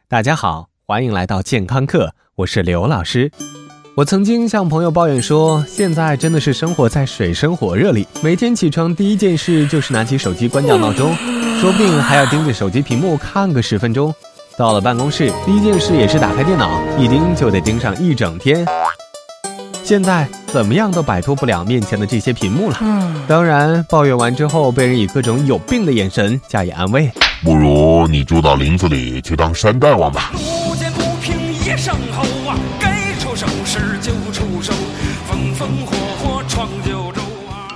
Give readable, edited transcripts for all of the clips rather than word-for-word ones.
大家好，欢迎来到健康课，我是刘老师。我曾经向朋友抱怨说，现在真的是生活在水深火热里，每天起床第一件事就是拿起手机关掉闹钟，说不定还要盯着手机屏幕看个10分钟。到了办公室，第一件事也是打开电脑，一盯就得盯上一整天。现在怎么样都摆脱不了面前的这些屏幕了。当然，抱怨完之后被人以各种有病的眼神加以安慰。 不如你住到林子里去当山大王吧。 路见不平一声吼啊，该出手时就出手，风风火火闯九州啊。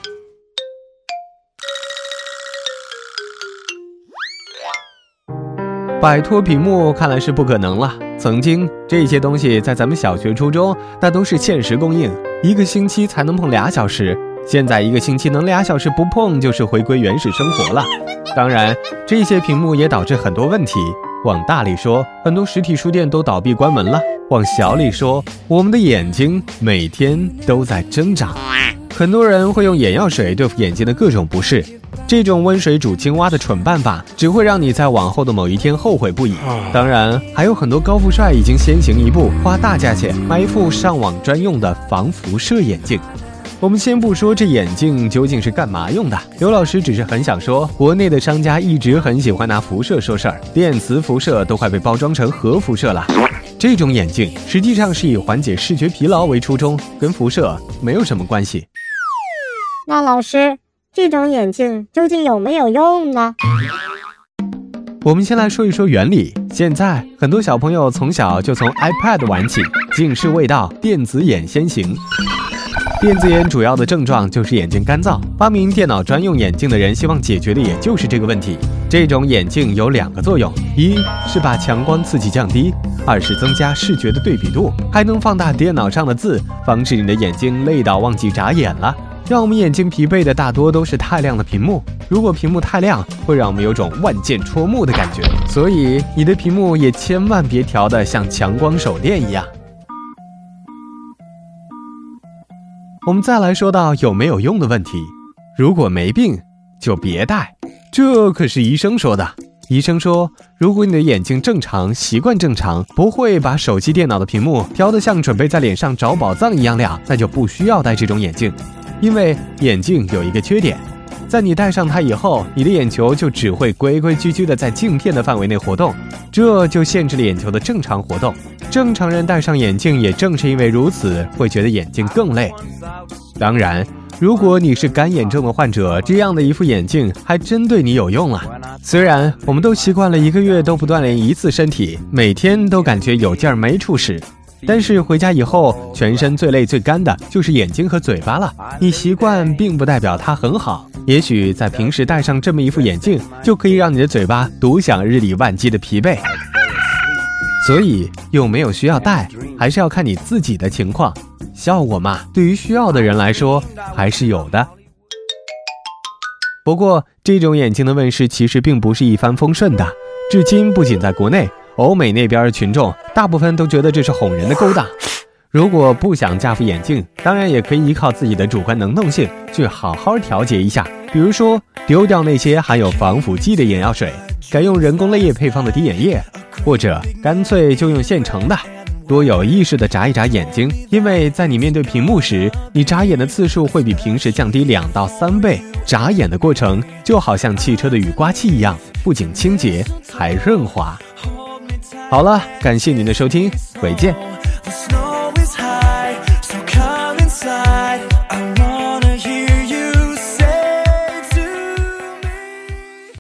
摆脱屏幕看来是不可能了。曾经这些东西在咱们小学初中那都是限时供应，一个星期才能碰2小时，现在一个星期能2小时不碰就是回归原始生活了。当然这些屏幕也导致很多问题，往大里说，很多实体书店都倒闭关门了；往小里说，我们的眼睛每天都在挣扎。很多人会用眼药水对付眼睛的各种不适，这种温水煮青蛙的蠢办法只会让你在往后的某一天后悔不已。当然还有很多高富帅已经先行一步，花大价钱买一副上网专用的防辐射眼镜。我们先不说这眼镜究竟是干嘛用的，刘老师只是很想说，国内的商家一直很喜欢拿辐射说事儿，电磁辐射都快被包装成核辐射了。这种眼镜实际上是以缓解视觉疲劳为初衷，跟辐射没有什么关系。 那老师，这种眼镜究竟有没有用呢？ 我们先来说一说原理。现在很多小朋友从小就从 iPad 玩起，近视未到，电子眼先行。电子眼主要的症状就是眼睛干燥，发明电脑专用眼镜的人希望解决的也就是这个问题。这种眼镜有2个作用，一是把强光刺激降低，2是增加视觉的对比度，还能放大电脑上的字，防止你的眼睛累到忘记眨眼了。让我们眼睛疲惫的大多都是太亮的屏幕，如果屏幕太亮，会让我们有种万箭戳目的感觉，所以你的屏幕也千万别调得像强光手电一样。我们再来说到有没有用的问题，如果没病就别戴，这可是医生说的。医生说，如果你的眼睛正常，习惯正常，不会把手机电脑的屏幕调得像准备在脸上找宝藏一样亮，那就不需要戴这种眼镜。因为眼镜有一个缺点，在你戴上它以后，你的眼球就只会规规矩矩的在镜片的范围内活动，这就限制了眼球的正常活动。正常人戴上眼镜也正是因为如此，会觉得眼睛更累。当然，如果你是干眼症的患者，这样的一副眼镜还真对你有用了。虽然我们都习惯了1个月都不锻炼1次身体，每天都感觉有劲儿没处使，但是回家以后，全身最累最干的就是眼睛和嘴巴了。你习惯并不代表它很好，也许在平时戴上这么一副眼镜，就可以让你的嘴巴独享日理万机的疲惫。所以有没有需要戴，还是要看你自己的情况。效果嘛，对于需要的人来说还是有的。不过这种眼镜的问世其实并不是一帆风顺的，至今不仅在国内，欧美那边的群众大部分都觉得这是哄人的勾当。如果不想架副眼镜，当然也可以依靠自己的主观能动性去好好调节一下，比如说丢掉那些含有防腐剂的眼药水，改用人工泪液配方的滴眼液，或者干脆就用现成的。多有意识地眨一眨眼睛，因为在你面对屏幕时，你眨眼的次数会比平时降低2到3倍。眨眼的过程就好像汽车的雨刮器一样，不仅清洁还润滑。好了，感谢您的收听，回见。